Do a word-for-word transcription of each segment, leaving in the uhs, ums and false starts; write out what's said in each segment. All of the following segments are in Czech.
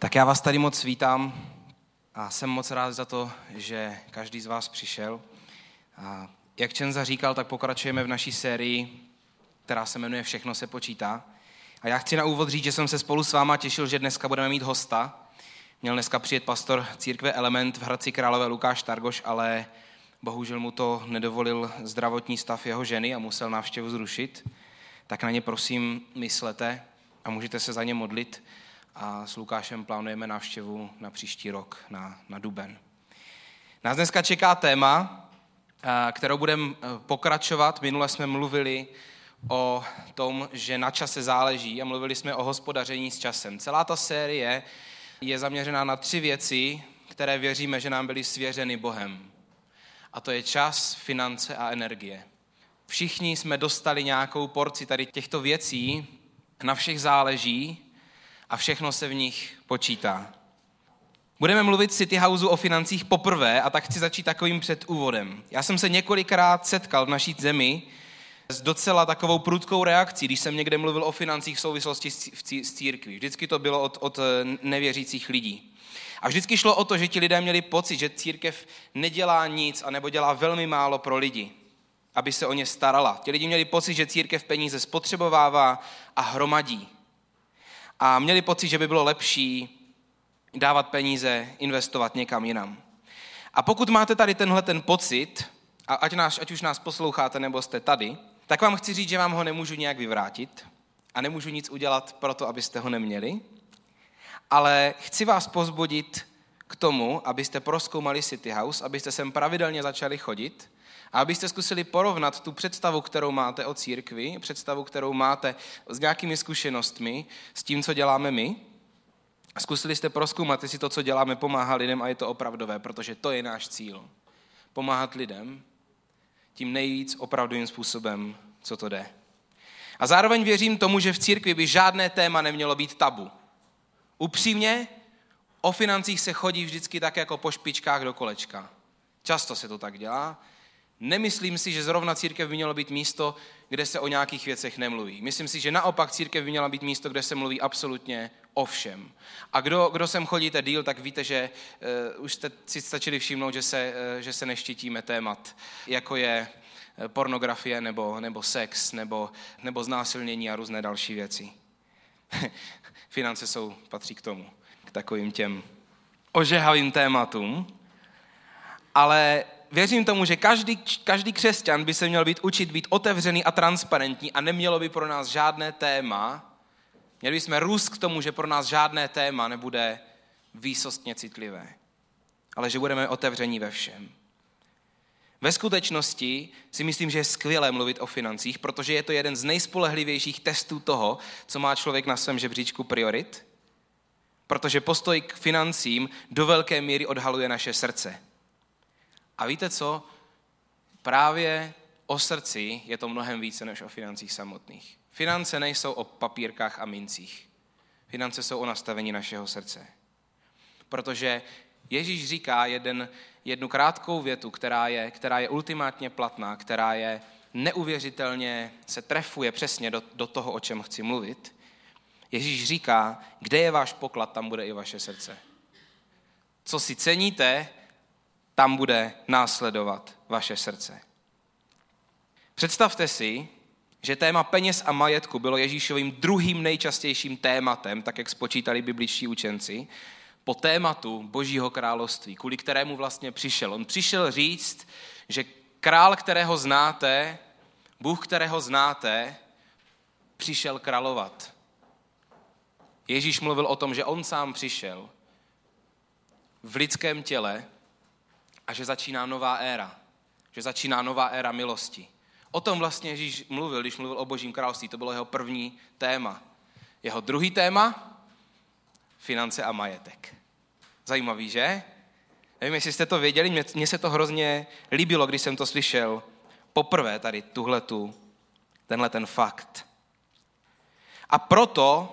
Tak já vás tady moc vítám a jsem moc rád za to, že každý z vás přišel. A jak Čenza říkal, tak pokračujeme v naší sérii, která se jmenuje Všechno se počítá. A já chci na úvod říct, že jsem se spolu s váma těšil, že dneska budeme mít hosta. Měl dneska přijet pastor církve Element v Hradci Králové Lukáš Targoš, ale bohužel mu to nedovolil zdravotní stav jeho ženy a musel návštěvu zrušit. Tak na ně prosím myslete a můžete se za ně modlit. A s Lukášem plánujeme návštěvu na příští rok, na, na duben. Nás dneska čeká téma, kterou budeme pokračovat. Minule jsme mluvili o tom, že na čase záleží a mluvili jsme o hospodaření s časem. Celá ta série je zaměřená na tři věci, které věříme, že nám byly svěřeny Bohem. A to je čas, finance a energie. Všichni jsme dostali nějakou porci tady těchto věcí, na všech záleží a všechno se v nich počítá. Budeme mluvit v City Houseu o financích poprvé a tak chci začít takovým předúvodem. Já jsem se několikrát setkal v naší zemi s docela takovou prudkou reakcí, když jsem někde mluvil o financích v souvislosti s církví. Vždycky to bylo od, od nevěřících lidí. A vždycky šlo o to, že ti lidé měli pocit, že církev nedělá nic anebo dělá velmi málo pro lidi, aby se o ně starala. Ti lidi měli pocit, že církev peníze spotřebovává a hromadí. A měli pocit, že by bylo lepší dávat peníze, investovat někam jinam. A pokud máte tady tenhle ten pocit, a ať, nás, ať už nás posloucháte nebo jste tady, tak vám chci říct, že vám ho nemůžu nějak vyvrátit a nemůžu nic udělat pro to, abyste ho neměli, ale chci vás povzbudit k tomu, abyste prozkoumali City House, abyste sem pravidelně začali chodit a abyste zkusili porovnat tu představu, kterou máte o církvi, představu, kterou máte s nějakými zkušenostmi, s tím, co děláme my. Zkusili jste prozkoumat, jestli to, co děláme, pomáhá lidem a je to opravdové, protože to je náš cíl. Pomáhat lidem tím nejvíc opravdovým způsobem, co to jde. A zároveň věřím tomu, že v církvi by žádné téma nemělo být tabu. Upřímně, o financích se chodí vždycky tak jako po špičkách do kolečka. Často se to tak dělá. Nemyslím si, že zrovna církev by mělo být místo, kde se o nějakých věcech nemluví. Myslím si, že naopak církev by měla být místo, kde se mluví absolutně o všem. A kdo, kdo sem chodíte díl, tak víte, že uh, už jste si stačili všimnout, že se, uh, že se neštítíme témat, jako je pornografie nebo, nebo sex nebo, nebo znásilnění a různé další věci. Finance jsou, patří k tomu, k takovým těm ožehavým tématům, ale věřím tomu, že každý, každý křesťan by se měl být učit být otevřený a transparentní a nemělo by pro nás žádné téma, měli bychom růst k tomu, že pro nás žádné téma nebude výsostně citlivé, ale že budeme otevření ve všem. Ve skutečnosti si myslím, že je skvělé mluvit o financích, protože je to jeden z nejspolehlivějších testů toho, co má člověk na svém žebříčku priorit, protože postoj k financím do velké míry odhaluje naše srdce. A víte co? Právě o srdci je to mnohem více než o financích samotných. Finance nejsou o papírkách a mincích. Finance jsou o nastavení našeho srdce. Protože Ježíš říká jeden, jednu krátkou větu, která je, která je ultimátně platná, která je neuvěřitelně, se trefuje přesně do, do toho, o čem chci mluvit. Ježíš říká, kde je váš poklad, tam bude i vaše srdce. Co si ceníte, tam bude následovat vaše srdce. Představte si, že téma peněz a majetku bylo Ježíšovým druhým nejčastějším tématem, tak jak spočítali bibličtí učenci, po tématu Božího království, kvůli kterému vlastně přišel. On přišel říct, že král, kterého znáte, Bůh, kterého znáte, přišel královat. Ježíš mluvil o tom, že on sám přišel v lidském těle a že začíná nová éra. Že začíná nová éra milosti. O tom vlastně Ježíš mluvil, když mluvil o Božím království. To bylo jeho první téma. Jeho druhý téma? Finance a majetek. Zajímavý, že? Nevím, jestli jste to věděli, mně se to hrozně líbilo, když jsem to slyšel poprvé tady tuhletu, tenhle ten fakt. A proto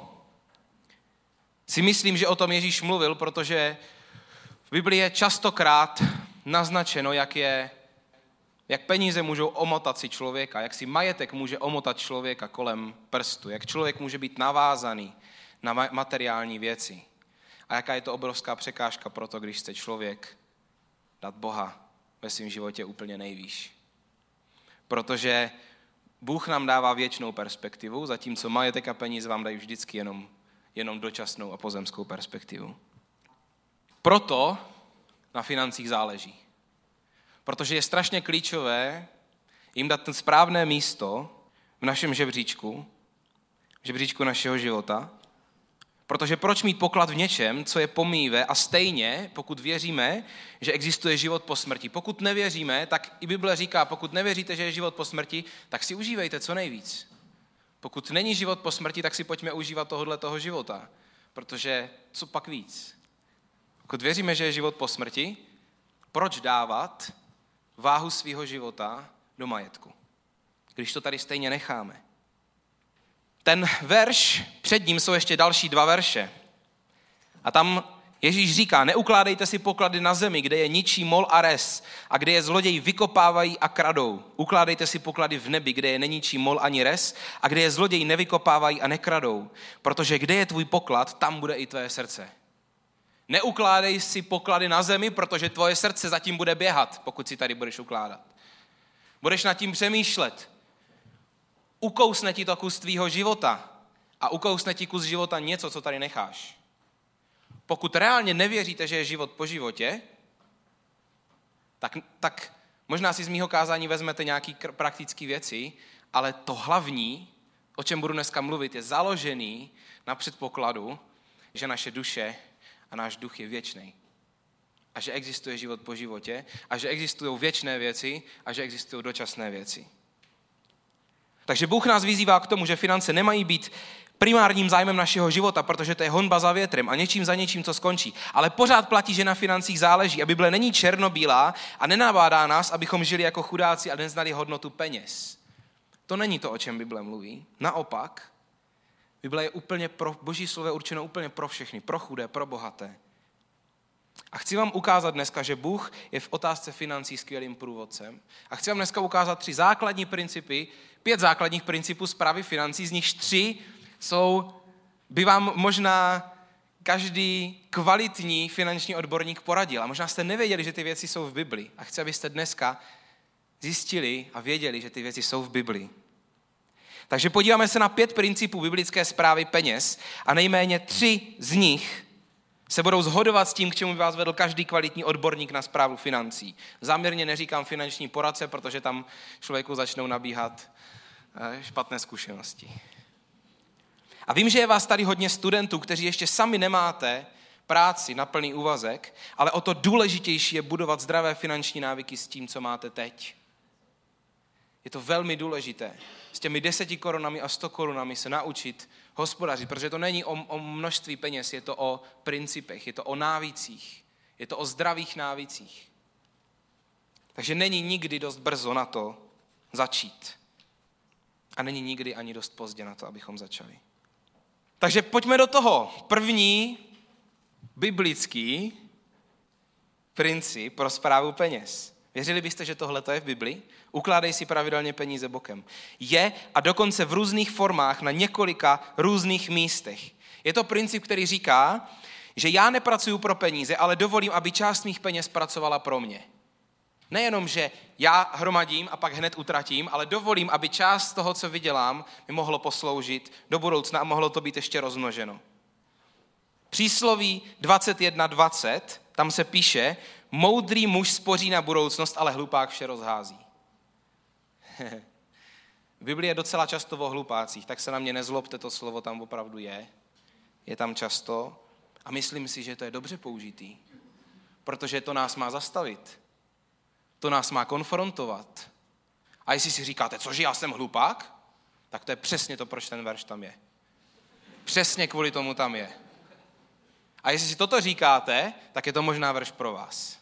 si myslím, že o tom Ježíš mluvil, protože v Biblii je častokrát naznačeno, jak je, jak peníze můžou omotat si člověka, jak si majetek může omotat člověka kolem prstu, jak člověk může být navázaný na materiální věci. A jaká je to obrovská překážka pro to, když chce člověk dát Boha ve svém životě úplně nejvýš. Protože Bůh nám dává věčnou perspektivu, zatímco majetek a peníze vám dají vždycky jenom, jenom dočasnou a pozemskou perspektivu. Proto na financích záleží. Protože je strašně klíčové jim dát ten správné místo v našem žebříčku, v žebříčku našeho života. Protože proč mít poklad v něčem, co je pomíjivé a stejně, pokud věříme, že existuje život po smrti. Pokud nevěříme, tak i Bible říká, pokud nevěříte, že je život po smrti, tak si užívejte co nejvíc. Pokud není život po smrti, tak si pojďme užívat tohohle toho života. Protože co pak víc? Pokud věříme, že je život po smrti, proč dávat váhu svého života do majetku, když to tady stejně necháme? Ten verš, před ním jsou ještě další dva verše. A tam Ježíš říká, neukládejte si poklady na zemi, kde je ničí mol a res a kde je zloději vykopávají a kradou. Ukládejte si poklady v nebi, kde je neničí mol ani res a kde je zloději nevykopávají a nekradou. Protože kde je tvůj poklad, tam bude i tvé srdce. Neukládej si poklady na zemi, protože tvoje srdce zatím bude běhat, pokud si tady budeš ukládat. Budeš nad tím přemýšlet. Ukousne ti to kus tvýho života a ukousne ti kus života něco, co tady necháš. Pokud reálně nevěříte, že je život po životě, tak, tak možná si z mýho kázání vezmete nějaké praktické věci, ale to hlavní, o čem budu dneska mluvit, je založený na předpokladu, že naše duše a náš duch je věčný. A že existuje život po životě a že existují věčné věci a že existují dočasné věci. Takže Bůh nás vyzývá k tomu, že finance nemají být primárním zájmem našeho života, protože to je honba za větrem a něčím za něčím, co skončí. Ale pořád platí, že na financích záleží. A Bible není černobílá a nenabádá nás, abychom žili jako chudáci a neznali hodnotu peněz. To není to, o čem Bible mluví. Naopak, Bible je úplně pro, Boží slovo je určeno úplně pro všechny, pro chudé, pro bohaté. A chci vám ukázat dneska, že Bůh je v otázce financí skvělým průvodcem. A chci vám dneska ukázat tři základní principy, pět základních principů správy financí, z nichž tři jsou, by vám možná každý kvalitní finanční odborník poradil. A možná jste nevěděli, že ty věci jsou v Bibli. A chci, abyste dneska zjistili a věděli, že ty věci jsou v Bibli. Takže podíváme se na pět principů biblické správy peněz a nejméně tři z nich se budou shodovat s tím, k čemu by vás vedl každý kvalitní odborník na správu financí. Záměrně neříkám finanční poradce, protože tam člověku začnou nabíhat špatné zkušenosti. A vím, že je vás tady hodně studentů, kteří ještě sami nemáte práci na plný úvazek, ale o to důležitější je budovat zdravé finanční návyky s tím, co máte teď. Je to velmi důležité. S těmi deseti korunami a sto korunami se naučit hospodařit, protože to není o, o množství peněz, je to o principech, je to o návících, je to o zdravých návících. Takže není nikdy dost brzo na to začít. A není nikdy ani dost pozdě na to, abychom začali. Takže pojďme do toho. První biblický princip pro správu peněz. Věřili byste, že tohle je v Bibli? Ukládej si pravidelně peníze bokem. Je a dokonce v různých formách na několika různých místech. Je to princip, který říká, že já nepracuju pro peníze, ale dovolím, aby část mých peněz pracovala pro mě. Nejenom, že já hromadím a pak hned utratím, ale dovolím, aby část toho, co vydělám, mi mohlo posloužit do budoucna a mohlo to být ještě rozmnoženo. Přísloví dvacet jedna dvacet, tam se píše, moudrý muž spoří na budoucnost, ale hlupák vše rozhází. V Biblii je docela často o hlupácích, tak se na mě nezlobte, to slovo tam opravdu je. Je tam často a myslím si, že to je dobře použitý, protože to nás má zastavit. To nás má konfrontovat. A jestli si říkáte, cože já jsem hlupák, tak to je přesně to, proč ten verš tam je. Přesně kvůli tomu tam je. A jestli si toto říkáte, tak je to možná verš pro vás.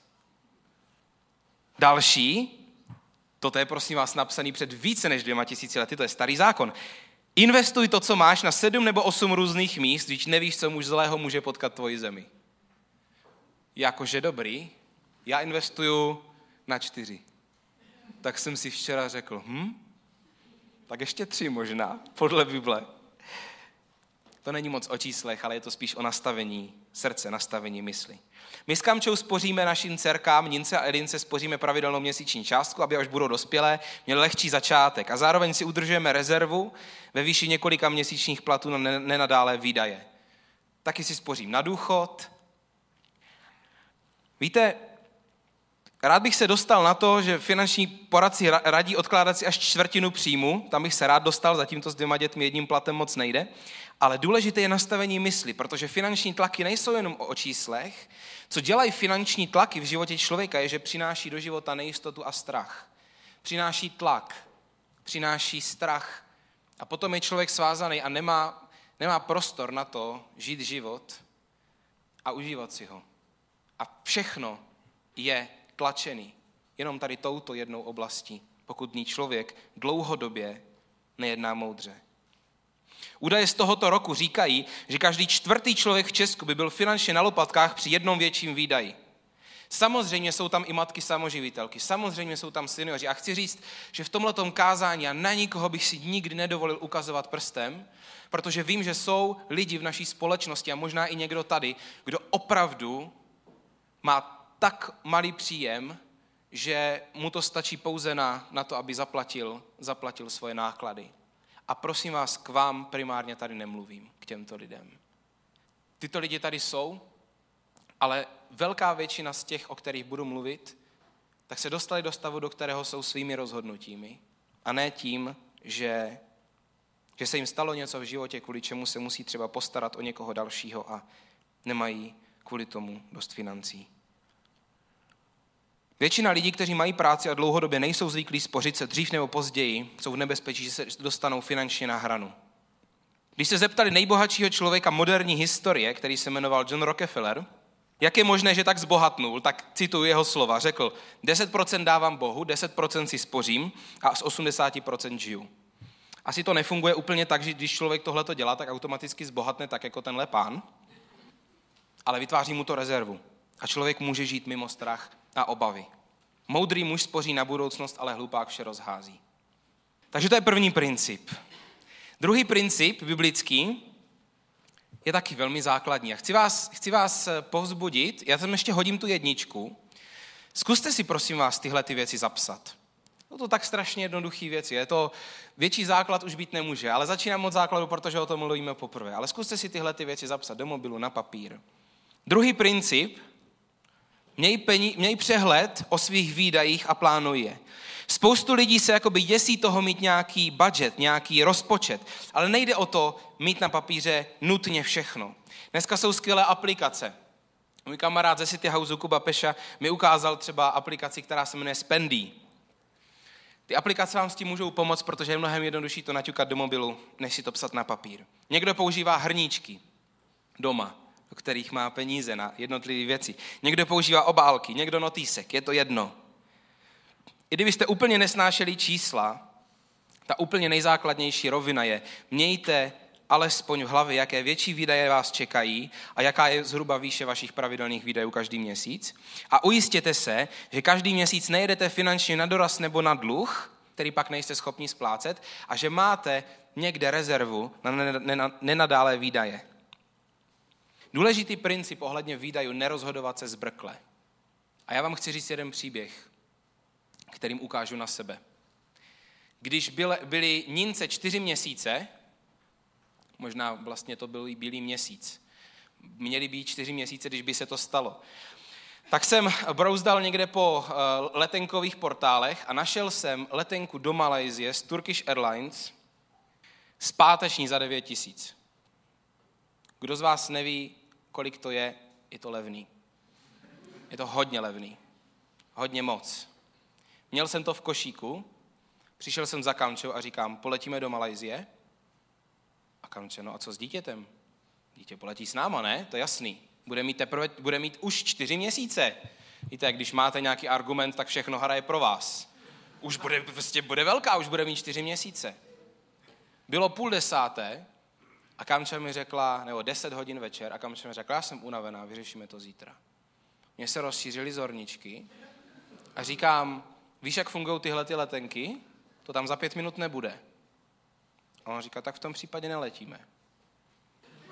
Další, toto je prosím vás napsaný před více než dvěma tisíci lety, to je starý zákon. Investuj to, co máš, na sedm nebo osm různých míst, když nevíš, co muž zlého může potkat tvoji zemi. Jakože dobrý, já investuju na čtyři. Tak jsem si včera řekl, hm, tak ještě tři možná, podle Bible. to není moc o číslech, ale je to spíš o nastavení srdce, nastavení mysli. My s Kamčou spoříme našim dcerkám, Nince a Edince, spoříme pravidelnou měsíční částku, aby až budou dospělé, měli lehčí začátek. A zároveň si udržujeme rezervu ve výši několika měsíčních platů na nenadálé výdaje. Taky si spořím na důchod. Víte, rád bych se dostal na to, že finanční poradci radí odkládat si až čtvrtinu příjmu, tam bych se rád dostal, zatím to s dvěma dětmi jedním platem moc nejde, ale důležité je nastavení mysli, protože finanční tlaky nejsou jenom o číslech. Co dělají finanční tlaky v životě člověka je, že přináší do života nejistotu a strach. Přináší tlak, přináší strach a potom je člověk svázaný a nemá, nemá prostor na to žít život a užívat si ho. A všechno je tlačený jenom tady touto jednou oblastí, pokud ní člověk dlouhodobě nejedná moudře. Údaje z tohoto roku říkají, že každý čtvrtý člověk v Česku by byl finančně na lopatkách při jednom větším výdaji. Samozřejmě jsou tam i matky samoživitelky, samozřejmě jsou tam seniori. A chci říct, že v tomhletom kázání a na nikoho bych si nikdy nedovolil ukazovat prstem, protože vím, že jsou lidi v naší společnosti a možná i někdo tady, kdo opravdu má tak malý příjem, že mu to stačí pouze na, na to, aby zaplatil, zaplatil svoje náklady. A prosím vás, k vám primárně tady nemluvím, k těmto lidem. Tyto lidi tady jsou, ale velká většina z těch, o kterých budu mluvit, tak se dostali do stavu, do kterého jsou svými rozhodnutími a ne tím, že, že se jim stalo něco v životě, kvůli čemu se musí třeba postarat o někoho dalšího a nemají kvůli tomu dost financí. Většina lidí, kteří mají práci a dlouhodobě nejsou zvyklí spořit, se dřív nebo později jsou v nebezpečí, že se dostanou finančně na hranu. Když se zeptali nejbohatšího člověka moderní historie, který se jmenoval John Rockefeller, jak je možné, že tak zbohatnul, tak cituji jeho slova, řekl, deset procent dávám Bohu, deset procent si spořím a z osmdesát procent žiju. Asi to nefunguje úplně tak, že když člověk tohleto dělá, tak automaticky zbohatne tak jako tenhle pán, ale vytváří mu to rezervu a člověk může žít mimo strach a obavy. Moudrý muž spoří na budoucnost, ale hlupák vše rozhází. Takže to je první princip. Druhý princip biblický je taky velmi základní. A chci vás, chci vás povzbudit, já tam ještě hodím tu jedničku. Zkuste si prosím vás tyhle ty věci zapsat. No to tak strašně jednoduchý věci. Je to větší základ už být nemůže, ale začínám od základu, protože o tom mluvíme poprvé. Ale zkuste si tyhle ty věci zapsat do mobilu, na papír. Druhý princip, měj, peníze, měj přehled o svých výdajích a plánuj je. Spoustu lidí se jakoby děsí toho mít nějaký budget, nějaký rozpočet, ale nejde o to mít na papíře nutně všechno. Dneska jsou skvělé aplikace. Můj kamarád ze City Houseu Kuba Peša mi ukázal třeba aplikaci, která se jmenuje Spendy. Ty aplikace vám s tím můžou pomoct, protože je mnohem jednodušší to naťukat do mobilu, než si to psat na papír. Někdo používá hrníčky doma, do kterých má peníze na jednotlivé věci. Někdo používá obálky, někdo notýsek, je to jedno. I kdybyste úplně nesnášeli čísla, ta úplně nejzákladnější rovina je, mějte alespoň v hlavě, jaké větší výdaje vás čekají a jaká je zhruba výše vašich pravidelných výdajů každý měsíc. A ujistěte se, že každý měsíc nejedete finančně na doraz nebo na dluh, který pak nejste schopni splácet, a že máte někde rezervu na nenadálé výdaje. Důležitý princip ohledně výdajů nerozhodovat se zbrkle. A já vám chci říct jeden příběh, kterým ukážu na sebe. Když byly, byly Nince čtyři měsíce, možná vlastně to byl bílý měsíc, měly být čtyři měsíce, když by se to stalo, tak jsem brouzdal někde po letenkových portálech a našel jsem letenku do Malajsie z Turkish Airlines zpáteční za devět tisíc. Kdo z vás neví, kolik to je, je to levný. Je to hodně levný. Hodně moc. Měl jsem to v košíku, přišel jsem za Kamčou a říkám, poletíme do Malajsie? A Kamče, no a co s dítětem? Dítě poletí s náma, ne? To je jasný. Bude mít, teprve, bude mít už čtyři měsíce. Víte, když máte nějaký argument, tak všechno hraje pro vás. Už bude, prostě bude velká, už bude mít čtyři měsíce. Bylo půl desáté a Kamča mi řekla, nebo deset hodin večer, a Kamča mi řekla, já jsem unavená, vyřešíme to zítra. Mně se rozšířily zorničky a říkám, víš, jak fungují tyhle ty letenky? To tam za pět minut nebude. A on říká, tak v tom případě neletíme.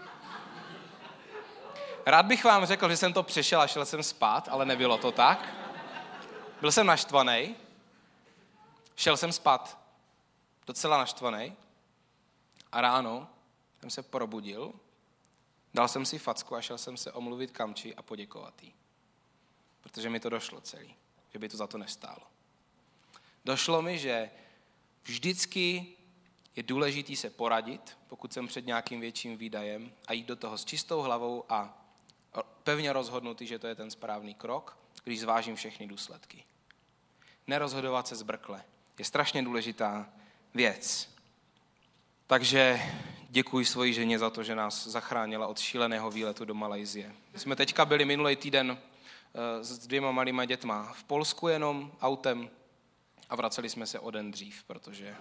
Rád bych vám řekl, že jsem to přešel a šel jsem spát, ale nebylo to tak. Byl jsem naštvaný, šel jsem spát docela naštvaný a ráno jsem se probudil, dal jsem si facku a šel jsem se omluvit Kamči a poděkovat jí. Protože mi to došlo celý, že by to za to nestálo. Došlo mi, že vždycky je důležitý se poradit, pokud jsem před nějakým větším výdajem, a jít do toho s čistou hlavou a pevně rozhodnutý, že to je ten správný krok, když zvážím všechny důsledky. Nerozhodovat se zbrkle je strašně důležitá věc. Takže děkuji svojí ženě za to, že nás zachránila od šíleného výletu do Malajsie. My jsme teďka byli minulý týden s dvěma malýma dětma v Polsku jenom autem a vraceli jsme se o den dřív, protože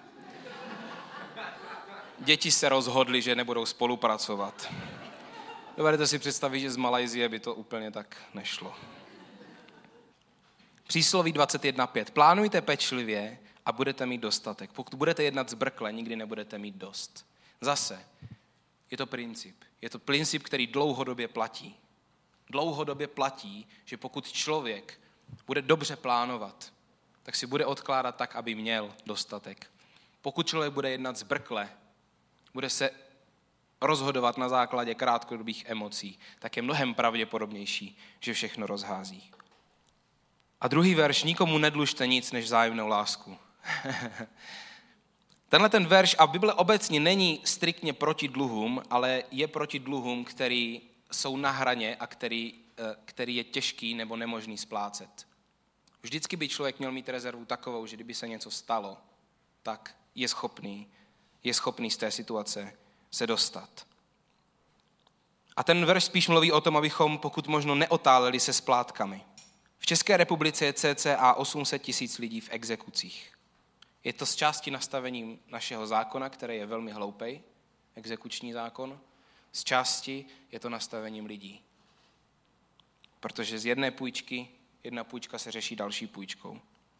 děti se rozhodly, že nebudou spolupracovat. Dovedete si představit, že z Malajsie by to úplně tak nešlo. Přísloví dvacet jedna pět. Plánujte pečlivě a budete mít dostatek. Pokud budete jednat zbrkle, nikdy nebudete mít dost. Zase, je to princip. Je to princip, který dlouhodobě platí. Dlouhodobě platí, že pokud člověk bude dobře plánovat, tak si bude odkládat tak, aby měl dostatek. Pokud člověk bude jednat zbrkle, bude se rozhodovat na základě krátkodobých emocí, tak je mnohem pravděpodobnější, že všechno rozhází. A druhý verš, nikomu nedlužte nic než vzájemnou lásku. Tenhle ten verš a Bible obecně není striktně proti dluhům, ale je proti dluhům, který jsou na hraně a který, který je těžký nebo nemožný splácet. Vždycky by člověk měl mít rezervu takovou, že kdyby se něco stalo, tak je schopný, je schopný z té situace se dostat. A ten verš spíš mluví o tom, abychom pokud možno neotáleli se splátkami. V České republice je cca osm set tisíc lidí v exekucích. Je to z části nastavením našeho zákona, který je velmi hloupej, exekuční zákon. Z části je to nastavením lidí. Protože z jedné půjčky, jedna půjčka se řeší další půjčkou.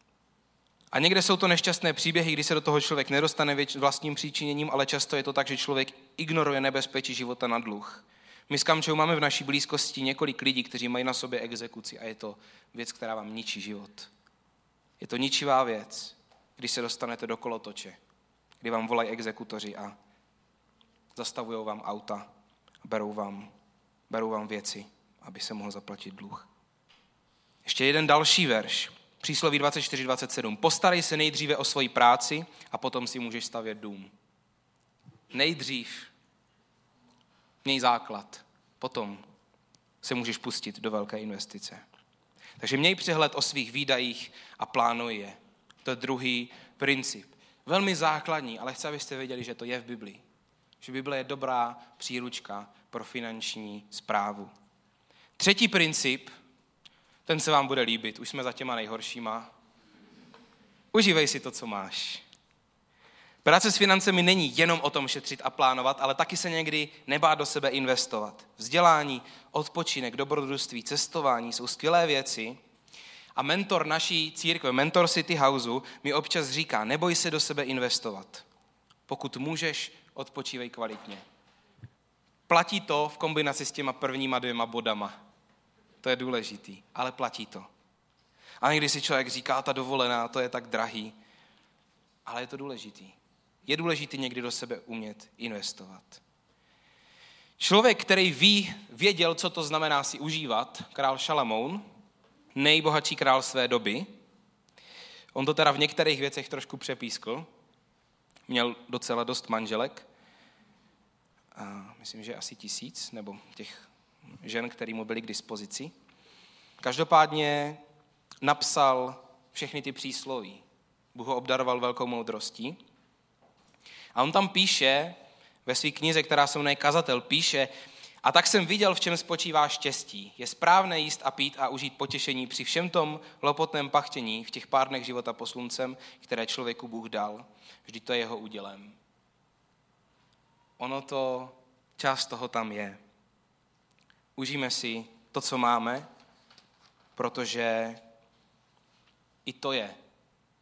A někde jsou to nešťastné příběhy, kdy se do toho člověk nedostane vlastním příčiněním, ale často je to tak, že člověk ignoruje nebezpečí života na dluh. My s Kamčou máme v naší blízkosti několik lidí, kteří mají na sobě exekuci a je to věc, která vám ničí život. Je to ničivá věc, když se dostanete do kolotoče, kdy vám volají exekutoři a zastavují vám auta a berou vám, berou vám věci, aby se mohl zaplatit dluh. Ještě jeden další verš. Přísloví dvacet čtyři dvacet sedm. Postarej se nejdříve o svoji práci a potom si můžeš stavět dům. Nejdřív měj základ, potom se můžeš pustit do velké investice. Takže měj přehled o svých výdajích a plánuj je. To je druhý princip. Velmi základní, ale chci, abyste věděli, že to je v Biblii. Že Bible je dobrá příručka pro finanční správu. Třetí princip, ten se vám bude líbit. Už jsme za těma nejhoršíma. Užívej si to, co máš. Práce s financemi není jenom o tom šetřit a plánovat, ale taky se někdy nebát do sebe investovat. Vzdělání, odpočinek, dobrodružství, cestování jsou skvělé věci. A mentor naší církve, mentor City Houseu, mi občas říká, neboj se do sebe investovat. Pokud můžeš, odpočívej kvalitně. Platí to v kombinaci s těma prvníma dvěma bodama. To je důležitý, ale platí to. A někdy si člověk říká, ta dovolená, to je tak drahý. Ale je to důležitý. Je důležitý někdy do sebe umět investovat. Člověk, který ví, věděl, co to znamená si užívat, král Šalamoun, nejbohatší král své doby, on to teda v některých věcech trošku přepískl, měl docela dost manželek, a myslím, že asi tisíc, nebo těch žen, který mu byly k dispozici. Každopádně napsal všechny ty přísloví. Bůh ho obdaroval velkou moudrostí. A on tam píše, ve své knize, která se jmenuje Kazatel, píše, a tak jsem viděl, v čem spočívá štěstí. Je správné jíst a pít a užít potěšení při všem tom lopotném pachtění v těch pár dnech života pod sluncem, které člověku Bůh dal. Vždyť to je jeho údělem. Ono to, část toho tam je. Užijeme si to, co máme, protože i to je,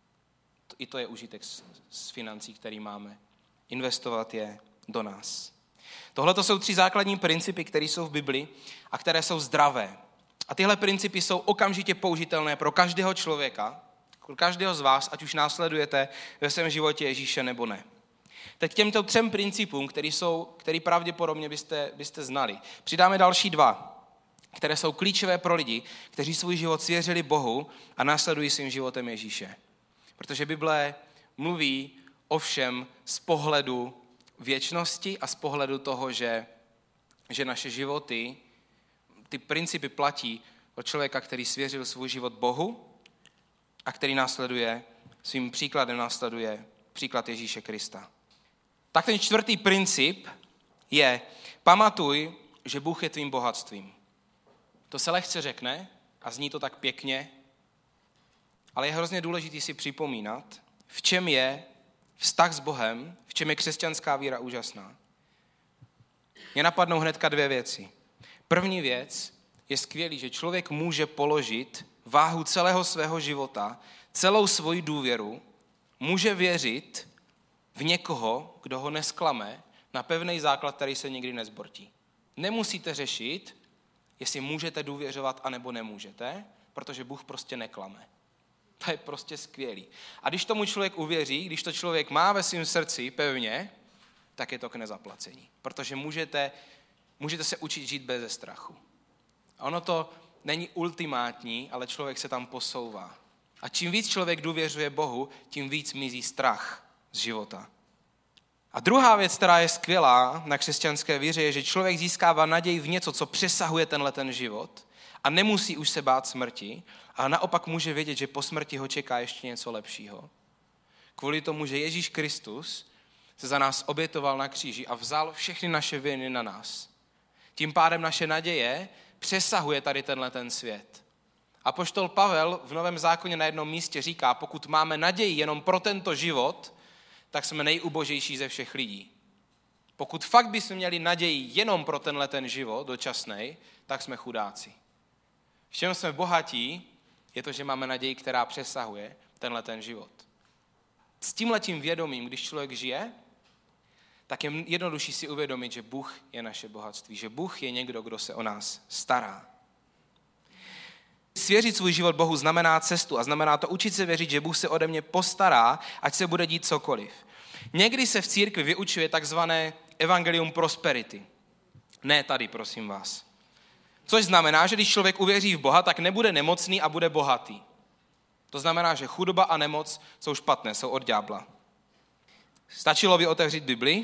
i to je užitek z, z financí, který máme. Investovat je do nás. Tohle to jsou tři základní principy, které jsou v Bibli a které jsou zdravé. A tyhle principy jsou okamžitě použitelné pro každého člověka, pro každého z vás, ať už následujete ve svém životě Ježíše nebo ne. Teď těmto třem principům, které jsou, který pravděpodobně byste, byste znali, přidáme další dva, které jsou klíčové pro lidi, kteří svůj život svěřili Bohu a následují svým životem Ježíše. Protože Bible mluví o všem z pohledu věčnosti a z pohledu toho, že, že naše životy, ty principy platí od člověka, který svěřil svůj život Bohu a který následuje, svým příkladem následuje příklad Ježíše Krista. Tak ten čtvrtý princip je, pamatuj, že Bůh je tvým bohatstvím. To se lehce řekne a zní to tak pěkně, ale je hrozně důležité si připomínat, v čem je vztah s Bohem, v čem je křesťanská víra úžasná. Mě napadnou hnedka dvě věci. První věc je skvělý, že člověk může položit váhu celého svého života, celou svoji důvěru, může věřit v někoho, kdo ho nesklame, na pevný základ, který se nikdy nezbortí. Nemusíte řešit, jestli můžete důvěřovat, anebo nemůžete, protože Bůh prostě neklame. To je prostě skvělý. A když tomu člověk uvěří, když to člověk má ve svém srdci pevně, tak je to k nezaplacení. Protože můžete, můžete se učit žít bez strachu. A ono to není ultimátní, ale člověk se tam posouvá. A čím víc člověk důvěřuje Bohu, tím víc mizí strach z života. A druhá věc, která je skvělá na křesťanské víře, je, že člověk získává naději v něco, co přesahuje tenhle ten život a nemusí už se bát smrti, a naopak může vědět, že po smrti ho čeká ještě něco lepšího. Kvůli tomu, že Ježíš Kristus se za nás obětoval na kříži a vzal všechny naše viny na nás. Tím pádem naše naděje přesahuje tady tenhle ten svět. Apoštol Pavel v Novém zákoně na jednom místě říká, pokud máme naději jenom pro tento život, tak jsme nejubožejší ze všech lidí. Pokud fakt bychom měli naději jenom pro tenhle ten život dočasnej, tak jsme chudáci. V čem jsme bohatí, je to, že máme naději, která přesahuje tenhle ten život. S tímhletím vědomím, když člověk žije, tak je jednodušší si uvědomit, že Bůh je naše bohatství, že Bůh je někdo, kdo se o nás stará. Svěřit svůj život Bohu znamená cestu a znamená to učit se věřit, že Bůh se ode mě postará, ať se bude dít cokoliv. Někdy se v církvi vyučuje takzvané evangelium prosperity. Ne tady, prosím vás. Což znamená, že když člověk uvěří v Boha, tak nebude nemocný a bude bohatý. To znamená, že chudoba a nemoc jsou špatné, jsou od ďábla. Stačilo by otevřít Bibli,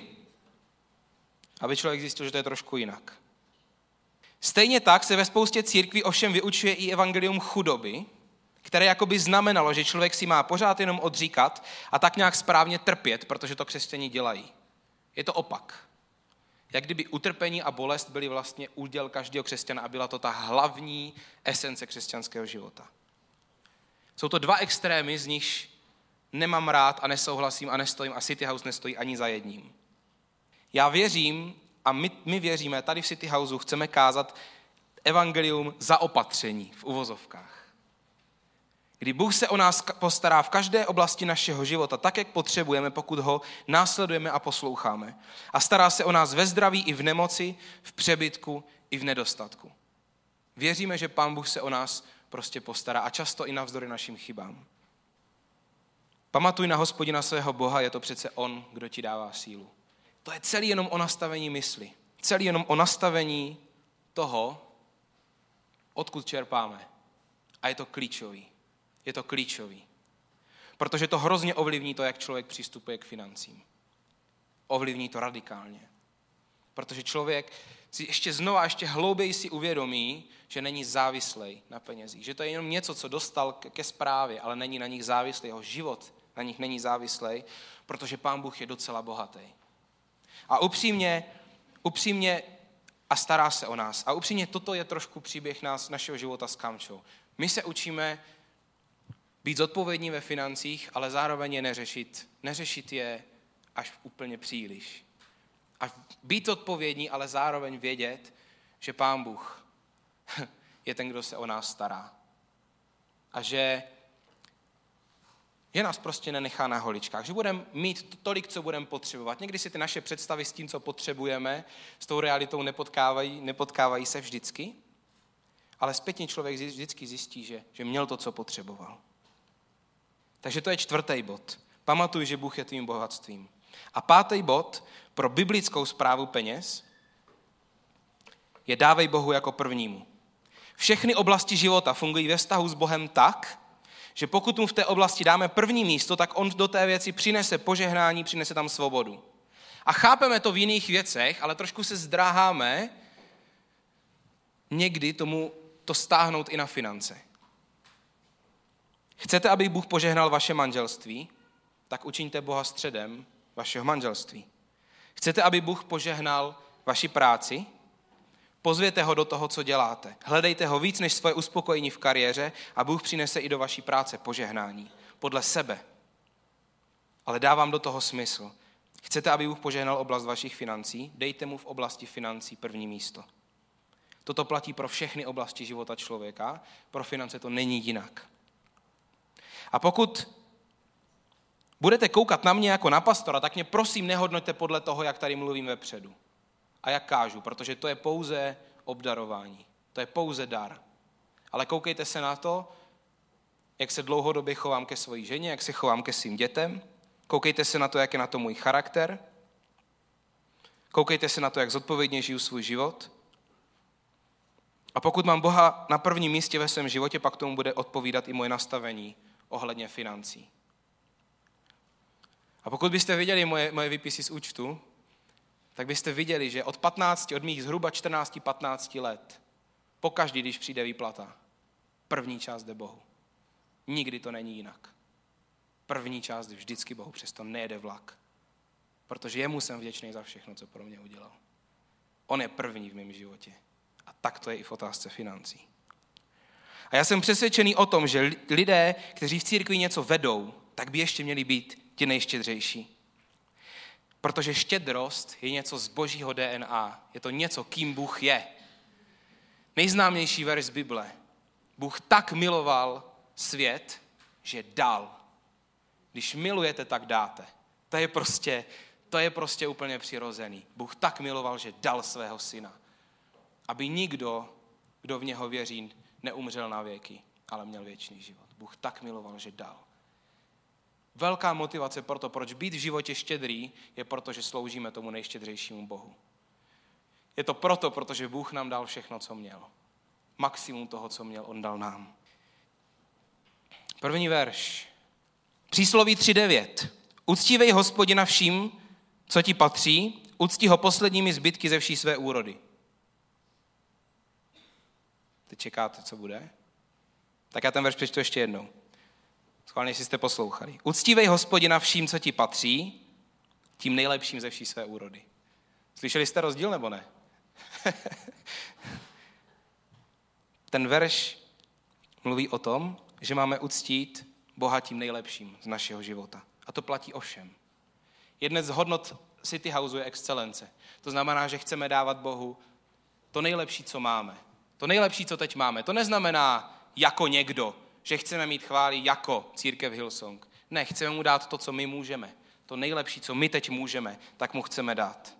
aby člověk zjistil, že to je trošku jinak. Stejně tak se ve spoustě církví ovšem vyučuje i evangelium chudoby, které jakoby znamenalo, že člověk si má pořád jenom odříkat a tak nějak správně trpět, protože to křesťané dělají. Je to opak. Jak kdyby utrpení a bolest byly vlastně úděl každého křesťana a byla to ta hlavní esence křesťanského života. Jsou to dva extrémy, z nichž nemám rád a nesouhlasím a nestojím a City House nestojí ani za jedním. Já věřím a my, my věříme, tady v City Houseu chceme kázat evangelium zaopatření v uvozovkách. Kdy Bůh se o nás postará v každé oblasti našeho života, tak, jak potřebujeme, pokud ho následujeme a posloucháme. A stará se o nás ve zdraví i v nemoci, v přebytku i v nedostatku. Věříme, že Pán Bůh se o nás prostě postará a často i navzdory našim chybám. Pamatuj na Hospodina svého Boha, je to přece on, kdo ti dává sílu. To je celý jenom o nastavení mysli. Celý jenom o nastavení toho, odkud čerpáme. A je to klíčový. Je to klíčový. Protože to hrozně ovlivní to, jak člověk přistupuje k financím. Ovlivní to radikálně. Protože člověk si ještě znova, ještě hlouběji si uvědomí, že není závislej na penězích. Že to je jenom něco, co dostal ke správě, ale není na nich závislý. Jeho život na nich není závislej, protože Pán Bůh je docela bohatý. A upřímně, upřímně a stará se o nás. A upřímně toto je trošku příběh nás, našeho života s Kamčou. My se učíme být zodpovědní ve financích, ale zároveň je neřešit, neřešit je až úplně příliš. A být odpovědní, ale zároveň vědět, že Pán Bůh je ten, kdo se o nás stará. A že, Že nás prostě nenechá na holičkách, že budeme mít tolik, co budeme potřebovat. Někdy si ty naše představy s tím, co potřebujeme, s tou realitou nepotkávají, nepotkávají se vždycky, ale zpětně člověk vždycky zjistí, že, že měl to, co potřeboval. Takže to je čtvrtý bod. Pamatuj, že Bůh je tvým bohatstvím. A pátý bod pro biblickou správu peněz je dávej Bohu jako prvnímu. Všechny oblasti života fungují ve vztahu s Bohem tak, že pokud mu v té oblasti dáme první místo, tak on do té věci přinese požehnání, přinese tam svobodu. A chápeme to v jiných věcech, ale trošku se zdráháme někdy tomu to stáhnout i na finance. Chcete, aby Bůh požehnal vaše manželství? Tak učiňte Boha středem vašeho manželství. Chcete, aby Bůh požehnal vaši práci? Pozvěte ho do toho, co děláte. Hledejte ho víc než svoje uspokojení v kariéře a Bůh přinese i do vaší práce požehnání. Podle sebe. Ale dávám do toho smysl. Chcete, aby Bůh požehnal oblast vašich financí? Dejte mu v oblasti financí první místo. Toto platí pro všechny oblasti života člověka. Pro finance to není jinak. A pokud budete koukat na mě jako na pastora, tak mě prosím nehodnoťte podle toho, jak tady mluvím vepředu. A jak kážu, protože to je pouze obdarování. To je pouze dar. Ale koukejte se na to, jak se dlouhodobě chovám ke své ženě, jak se chovám ke svým dětem. Koukejte se na to, jak je na to můj charakter. Koukejte se na to, jak zodpovědně žiju svůj život. A pokud mám Boha na prvním místě ve svém životě, pak tomu bude odpovídat i moje nastavení ohledně financí. A pokud byste viděli moje, moje výpisy z účtu, tak byste viděli, že od patnácti, od mých zhruba čtrnácti patnácti let, pokaždý, když přijde výplata, první část jde Bohu. Nikdy to není jinak. První část jde vždycky Bohu, přesto nejede vlak. Protože jemu jsem vděčný za všechno, co pro mě udělal. On je první v mém životě. A tak to je i v otázce financí. A já jsem přesvědčený o tom, že lidé, kteří v církvi něco vedou, tak by ještě měli být ti nejštědřejší. Protože štědrost je něco z božího D N A. Je to něco, kým Bůh je. Nejznámější verš z Bible. Bůh tak miloval svět, že dal. Když milujete, tak dáte. To je prostě, to je prostě úplně přirozený. Bůh tak miloval, že dal svého syna. Aby nikdo, kdo v něho věří, neumřel na věky, ale měl věčný život. Bůh tak miloval, že dal. Velká motivace pro to, proč být v životě štědrý, je proto, že sloužíme tomu nejštědřejšímu Bohu. Je to proto, protože Bůh nám dal všechno, co měl. Maximum toho, co měl, on dal nám. První verš. Přísloví tři devět. Uctívej Hospodina vším, co ti patří, uctí ho posledními zbytky ze vší své úrody. Teď čekáte, co bude? Tak já ten verš přečtu ještě jednou. Schválně, jestli jste poslouchali. Uctívej Hospodina vším, co ti patří, tím nejlepším ze vší své úrody. Slyšeli jste rozdíl, nebo ne? Ten verš mluví o tom, že máme uctít Boha tím nejlepším z našeho života. A to platí o všem. Jedna z hodnot City Houseu je excelence. To znamená, že chceme dávat Bohu to nejlepší, co máme. To nejlepší, co teď máme. To neznamená jako někdo, že chceme mít chvály jako církev Hillsong. Ne, chceme mu dát to, co my můžeme. To nejlepší, co my teď můžeme, tak mu chceme dát.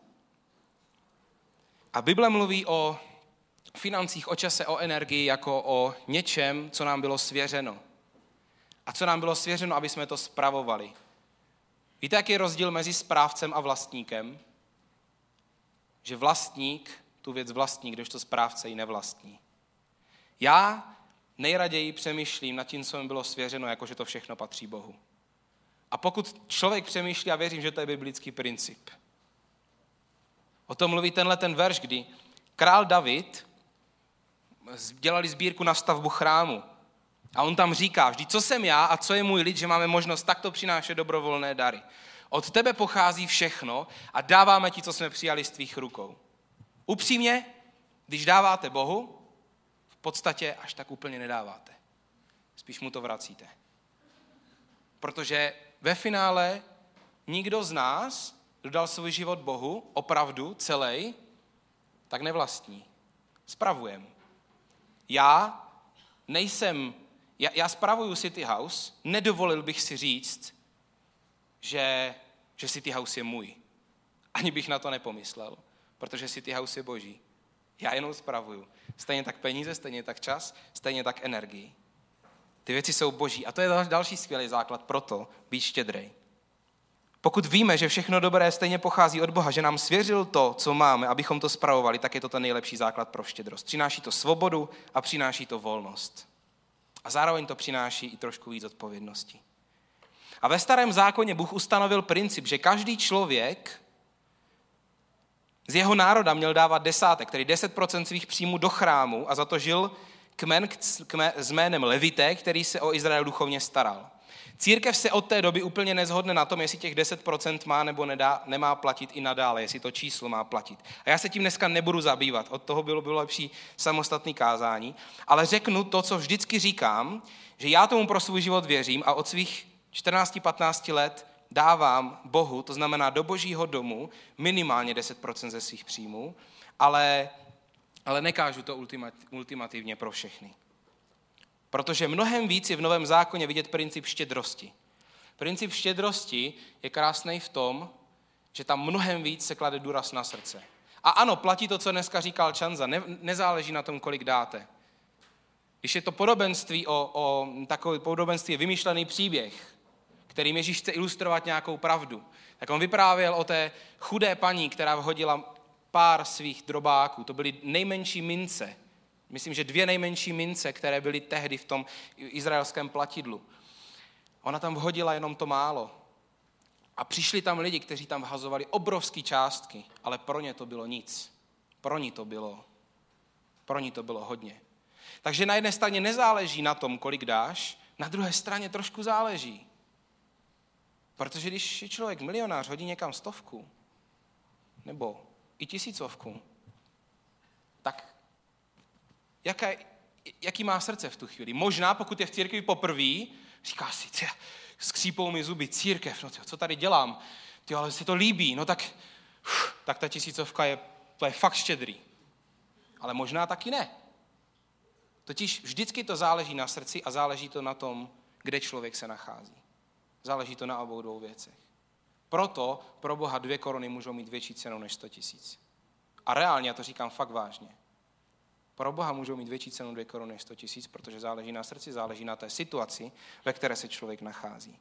A Bible mluví o financích, o čase, o energii, jako o něčem, co nám bylo svěřeno. A co nám bylo svěřeno, aby jsme to spravovali. Víte, jaký je rozdíl mezi správcem a vlastníkem? Že vlastník tu věc vlastní, kdežto správce ji nevlastní. Já nejraději přemýšlím nad tím, co mi bylo svěřeno, jako že to všechno patří Bohu. A pokud člověk přemýšlí, a věřím, že to je biblický princip. O tom mluví tenhle ten verš, kdy král David dělali sbírku na stavbu chrámu. A on tam říká, vždyť co jsem já a co je můj lid, že máme možnost takto přinášet dobrovolné dary. Od tebe pochází všechno a dáváme ti, co jsme přijali z tvých rukou. Upřímně, když dáváte Bohu, v podstatě až tak úplně nedáváte. Spíš mu to vracíte. Protože ve finále nikdo z nás, kdo dal svůj život Bohu, opravdu celý, tak nevlastní. Spravujem. Já nejsem Já, já spravuju City House, nedovolil bych si říct, že, že City House je můj. Ani bych na to nepomyslel, protože City House je boží. Já jenom spravuju. Stejně tak peníze, stejně tak čas, stejně tak energii. Ty věci jsou boží. A to je další skvělý základ pro to být štědrej. Pokud víme, že všechno dobré stejně pochází od Boha, že nám svěřil to, co máme, abychom to spravovali, tak je to ten nejlepší základ pro štědrost. Přináší to svobodu a přináší to volnost. A zároveň to přináší i trošku víc odpovědnosti. A ve Starém zákoně Bůh ustanovil princip, že každý člověk z jeho národa měl dávat desátek, tedy deset procent svých příjmů do chrámu a za to žil kmen, kmen s jménem Levité, který se o Izrael duchovně staral. Církev se od té doby úplně nezhodne na tom, jestli těch deset procent má nebo nedá, nemá platit i nadále, jestli to číslo má platit. A já se tím dneska nebudu zabývat, od toho bylo, bylo lepší samostatný kázání, ale řeknu to, co vždycky říkám, že já tomu pro svůj život věřím a od svých čtrnáct patnáct let dávám Bohu, to znamená do božího domu, minimálně deset procent ze svých příjmů, ale, ale nekážu to ultimativně pro všechny. Protože mnohem víc je v Novém zákoně vidět princip štědrosti. Princip štědrosti je krásný v tom, že tam mnohem víc se klade důraz na srdce. A ano, platí to, co dneska říkal Čanza, ne, nezáleží na tom, kolik dáte. Když je to podobenství o, o takové podobenství je vymyšlený příběh, kterým Ježíš chce ilustrovat nějakou pravdu, tak on vyprávěl o té chudé paní, která vhodila pár svých drobáků. To byly nejmenší mince. Myslím, že dvě nejmenší mince, které byly tehdy v tom izraelském platidlu. Ona tam vhodila jenom to málo. A přišli tam lidi, kteří tam vhazovali obrovské částky, ale pro ně to bylo nic. Pro ní to bylo, pro ní to bylo hodně. Takže na jedné straně nezáleží na tom, kolik dáš, na druhé straně trošku záleží. Protože když je člověk milionář, hodí někam stovku, nebo i tisícovku, tak jaká, jaký má srdce v tu chvíli? Možná, pokud je v církvi poprvé, říká si, tě, skřípou mi zuby, církev, no tě, co tady dělám? Ty, ale se to líbí, no tak, uf, tak ta tisícovka je, to je fakt štědrý. Ale možná taky ne. Totiž vždycky to záleží na srdci a záleží to na tom, kde člověk se nachází. Záleží to na obou dvou věcech. Proto pro Boha dvě koruny můžou mít větší cenu než sto tisíc. A reálně, já to říkám fakt vážně, pro Boha můžou mít větší cenu dvě koruny než sto tisíc, protože záleží na srdci, záleží na té situaci, ve které se člověk nachází.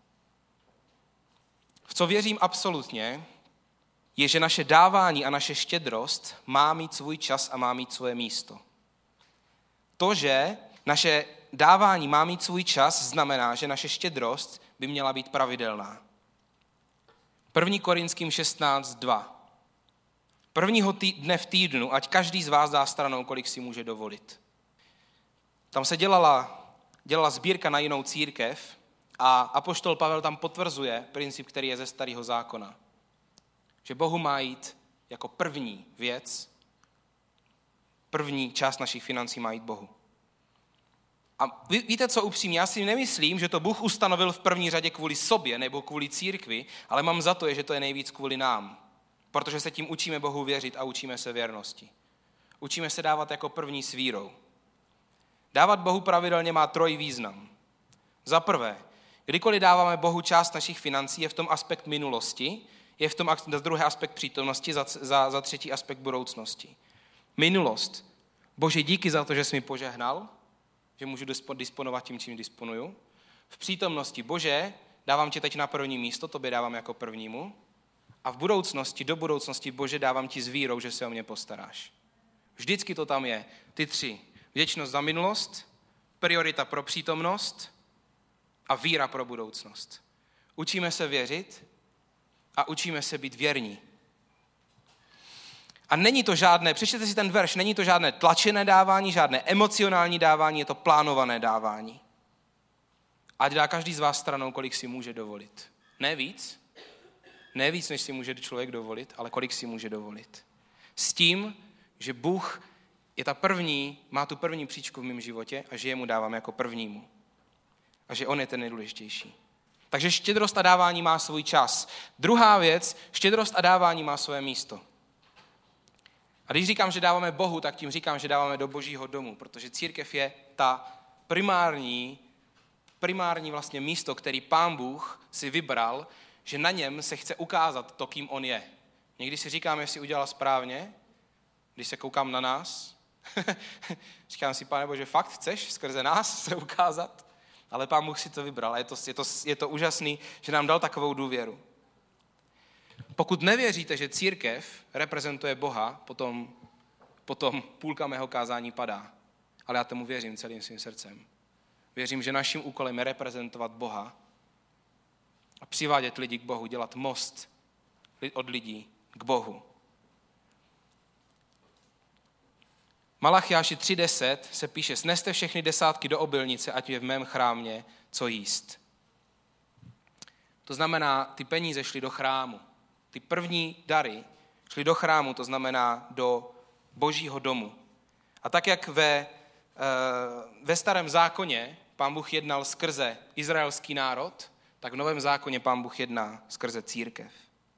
V co věřím absolutně, je, že naše dávání a naše štědrost má mít svůj čas a má mít svoje místo. To, že naše dávání má mít svůj čas, znamená, že naše štědrost by měla být pravidelná. první Korinským šestnáct dva. Prvního tý, dne v týdnu, ať každý z vás dá stranou, kolik si může dovolit. Tam se dělala, dělala sbírka na jinou církev a apoštol Pavel tam potvrzuje princip, který je ze Starého zákona. Že Bohu má jít jako první věc, první část našich financí má jít Bohu. A ví, víte, co upřímně? Já si nemyslím, že to Bůh ustanovil v první řadě kvůli sobě nebo kvůli církvi, ale mám za to, že to je nejvíc kvůli nám. Protože se tím učíme Bohu věřit a učíme se věrnosti. Učíme se dávat jako první s vírou. Dávat Bohu pravidelně má trojí význam. Za prvé, kdykoliv dáváme Bohu část našich financí, je v tom aspekt minulosti, je v tom za druhý aspekt přítomnosti, za, za, za třetí aspekt budoucnosti. Minulost. Bože, díky za to, že jsi mi požehnal, že můžu disponovat tím, čím disponuju. V přítomnosti, Bože, dávám tě teď na první místo, tobě dávám jako prvnímu. A v budoucnosti, do budoucnosti, Bože, dávám ti s vírou, že se o mě postaráš. Vždycky to tam je. Ty tři. Vděčnost za minulost, priorita pro přítomnost a víra pro budoucnost. Učíme se věřit a učíme se být věrní. A není to žádné, přečtěte si ten verš, není to žádné tlačené dávání, žádné emocionální dávání, je to plánované dávání. Ať dá každý z vás stranou, kolik si může dovolit. Ne víc, ne víc, než si může člověk dovolit, ale kolik si může dovolit. S tím, že Bůh je ta první, má tu první příčku v mém životě a že jemu dávám jako prvnímu. A že on je ten nejdůležitější. Takže štědrost a dávání má svůj čas. Druhá věc, štědrost a dávání má své místo. A když říkám, že dáváme Bohu, tak tím říkám, že dáváme do Božího domu, protože církev je ta primární primární vlastně místo, který Pán Bůh si vybral, že na něm se chce ukázat to, kým on je. Někdy si říkám, jestli udělal správně, když se koukám na nás. Říkám si, Pane Bože, fakt chceš skrze nás se ukázat? Ale Pán Bůh si to vybral a je to, je to, je to úžasný, že nám dal takovou důvěru. Pokud nevěříte, že církev reprezentuje Boha, potom, potom půlka mého kázání padá. Ale já tomu věřím celým svým srdcem. Věřím, že naším úkolem je reprezentovat Boha a přivádět lidi k Bohu, dělat most od lidí k Bohu. Malachiáši tři deset se píše, sneste všechny desátky do obilnice, ať je v mém chrámě co jíst. To znamená, ty peníze šly do chrámu. Ty první dary šly do chrámu, to znamená do Božího domu. A tak, jak ve, ve starém zákoně Pán Bůh jednal skrze izraelský národ, tak v novém zákoně Pán Bůh jedná skrze církev.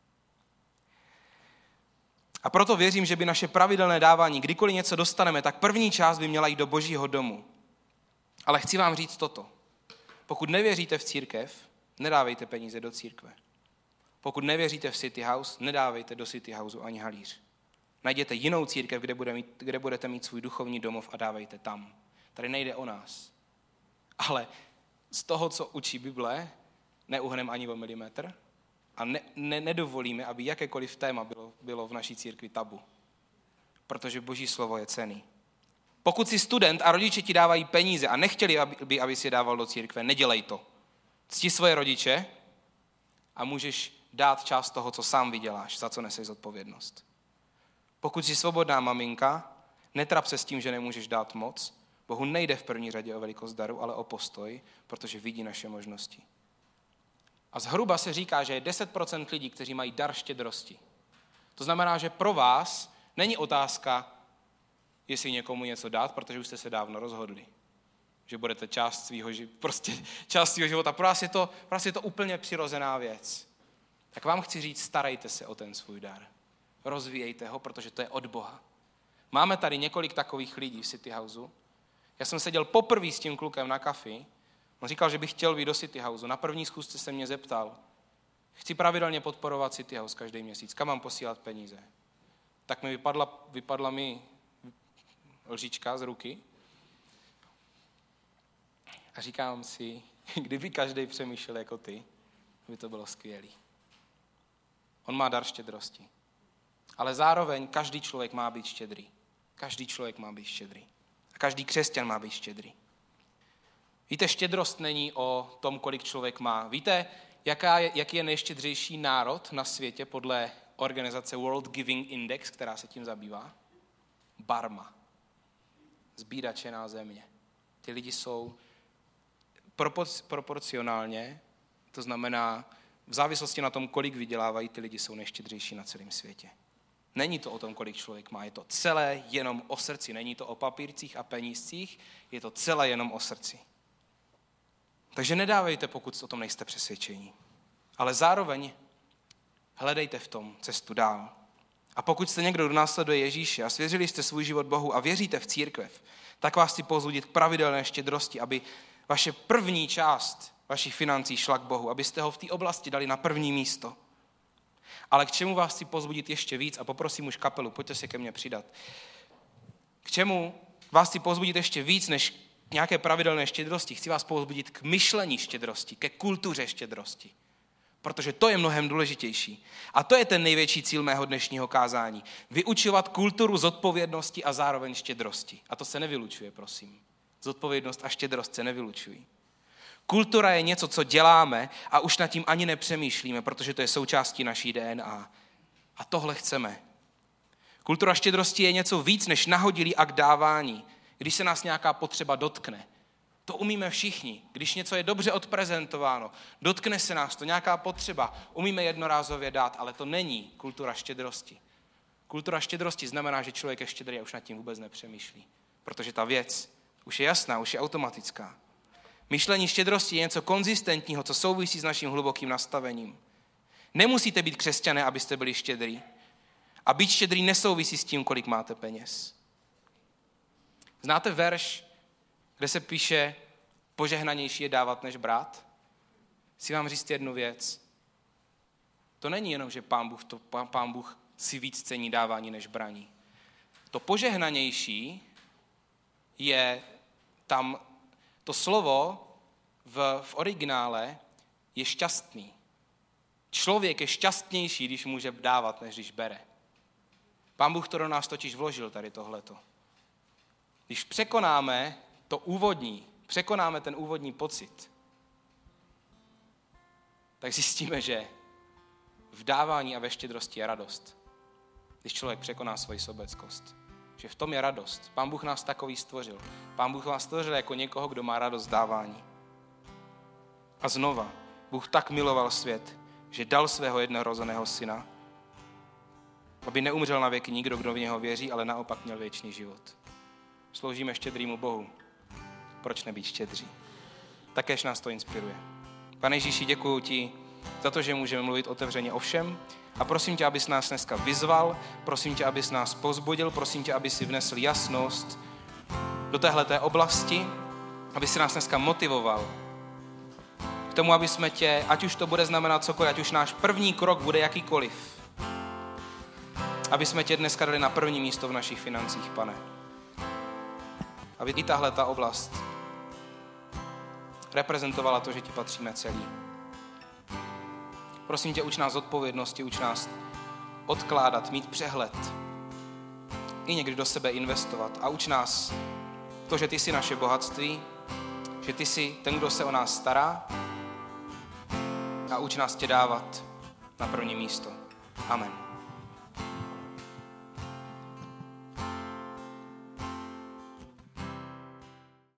A proto věřím, že by naše pravidelné dávání, kdykoliv něco dostaneme, tak první část by měla jít do Božího domu. Ale chci vám říct toto. Pokud nevěříte v církev, nedávejte peníze do církve. Pokud nevěříte v City House, nedávejte do City Houseu ani halíř. Najděte jinou církev, kde, bude mít, kde budete mít svůj duchovní domov a dávejte tam. Tady nejde o nás. Ale z toho, co učí Bible, neuhneme ani o milimetr a ne, ne, nedovolíme, aby jakékoliv téma bylo, bylo v naší církvi tabu. Protože Boží slovo je cenný. Pokud jsi student a rodiče ti dávají peníze a nechtěli, aby, aby si je dával do církve, nedělej to. Cti svoje rodiče a můžeš dát část toho, co sám vyděláš, za co neseš zodpovědnost. Pokud jsi svobodná maminka, netrap se s tím, že nemůžeš dát moc. Bohu nejde v první řadě o velikost daru, ale o postoj, protože vidí naše možnosti. A zhruba se říká, že je deset procent lidí, kteří mají dar štědrosti. To znamená, že pro vás není otázka, jestli někomu něco dát, protože už jste se dávno rozhodli, že budete část svýho, prostě část svýho života. Pro vás je to, pro vás je to úplně přirozená věc. Tak vám chci říct, starejte se o ten svůj dar. Rozvíjejte ho, protože to je od Boha. Máme tady několik takových lidí v City Houseu. Já jsem seděl poprvé s tím klukem na kafi. On říkal, že by chtěl být do City Houseu. Na první schůzce se mě zeptal, chci pravidelně podporovat City House každý měsíc, kam mám posílat peníze. Tak mi vypadla, vypadla mi lžička z ruky a říkám si, kdyby každý přemýšlel jako ty, by to bylo skvělý. On má dar štědrosti. Ale zároveň každý člověk má být štědrý. Každý člověk má být štědrý. A každý křesťan má být štědrý. Víte, štědrost není o tom, kolik člověk má. Víte, jaká je, jaký je nejštědřejší národ na světě podle organizace World Giving Index, která se tím zabývá? Barma. Zbídačená země. Ty lidi jsou propor- proporcionálně, to znamená v závislosti na tom, kolik vydělávají, ty lidi jsou nejštědřejší na celém světě. Není to o tom, kolik člověk má, je to celé jenom o srdci. Není to o papírcích a penízcích, je to celé jenom o srdci. Takže nedávejte, pokud o tom nejste přesvědčení. Ale zároveň hledejte v tom cestu dál. A pokud jste někdo, kdo následuje Ježíše a svěřili jste svůj život Bohu a věříte v církev, tak vás chci povzbudit k pravidelné štědrosti, aby vaše první část vašich financí šla k Bohu, abyste ho v té oblasti dali na první místo. Ale k čemu vás chci povzbudit ještě víc a poprosím už kapelu, pojďte se ke mně přidat. K čemu vás chci povzbudit ještě víc než nějaké pravidelné štědrosti, chci vás povzbudit k myšlení štědrosti, ke kultuře štědrosti. Protože to je mnohem důležitější. A to je ten největší cíl mého dnešního kázání. Vyučovat kulturu zodpovědnosti a zároveň štědrosti. A to se nevylučuje, prosím. Zodpovědnost a štědrost se nevylučují. Kultura je něco, co děláme a už nad tím ani nepřemýšlíme, protože to je součástí naší D N A. A tohle chceme. Kultura štědrosti je něco víc než nahodilý akt dávání, když se nás nějaká potřeba dotkne. To umíme všichni. Když něco je dobře odprezentováno, dotkne se nás to nějaká potřeba, umíme jednorázově dát, ale to není kultura štědrosti. Kultura štědrosti znamená, že člověk je štědrý a už nad tím vůbec nepřemýšlí, protože ta věc už je jasná, už je automatická. Myšlení štědrosti je něco konzistentního, co souvisí s naším hlubokým nastavením. Nemusíte být křesťané, abyste byli štědrý. A být štědrý nesouvisí s tím, kolik máte peněz. Znáte verš, kde se píše, požehnanější je dávat než brát? Chci vám říct jednu věc. To není jenom, že Pán Bůh, to, Pán Bůh si víc cení dávání než braní. To požehnanější je tam, to slovo v, v originále je šťastný. Člověk je šťastnější, když může dávat, než když bere. Pán Bůh to do nás totiž vložil tady tohleto. Když překonáme to úvodní, překonáme ten úvodní pocit, tak zjistíme, že v dávání a ve štědrosti je radost. Když člověk překoná svoji sobeckost. Že v tom je radost. Pán Bůh nás takový stvořil. Pán Bůh nás stvořil jako někoho, kdo má radost z dávání. A znova, Bůh tak miloval svět, že dal svého jednorozeného syna, aby neumřel na věky nikdo, kdo v něho věří, ale naopak měl věčný život. Sloužíme štědrýmu Bohu. Proč nebýt štědří? Takéž nás to inspiruje. Pane Ježíši, děkuju ti za to, že můžeme mluvit otevřeně o všem a prosím tě, abys nás dneska vyzval, prosím tě, abys nás povzbudil, prosím tě, abys si vnesl jasnost do téhleté oblasti, aby si nás dneska motivoval k tomu, aby jsme tě, ať už to bude znamenat cokoliv, ať už náš první krok bude jakýkoliv, aby jsme tě dneska dali na první místo v našich financích, Pane. Aby i tahle ta oblast reprezentovala to, že ti patříme celý. Prosím tě, uč nás odpovědnosti, uč nás odkládat, mít přehled, i někdy do sebe investovat a uč nás to, že ty jsi naše bohatství, že ty jsi ten, kdo se o nás stará a uč nás tě dávat na první místo. Amen.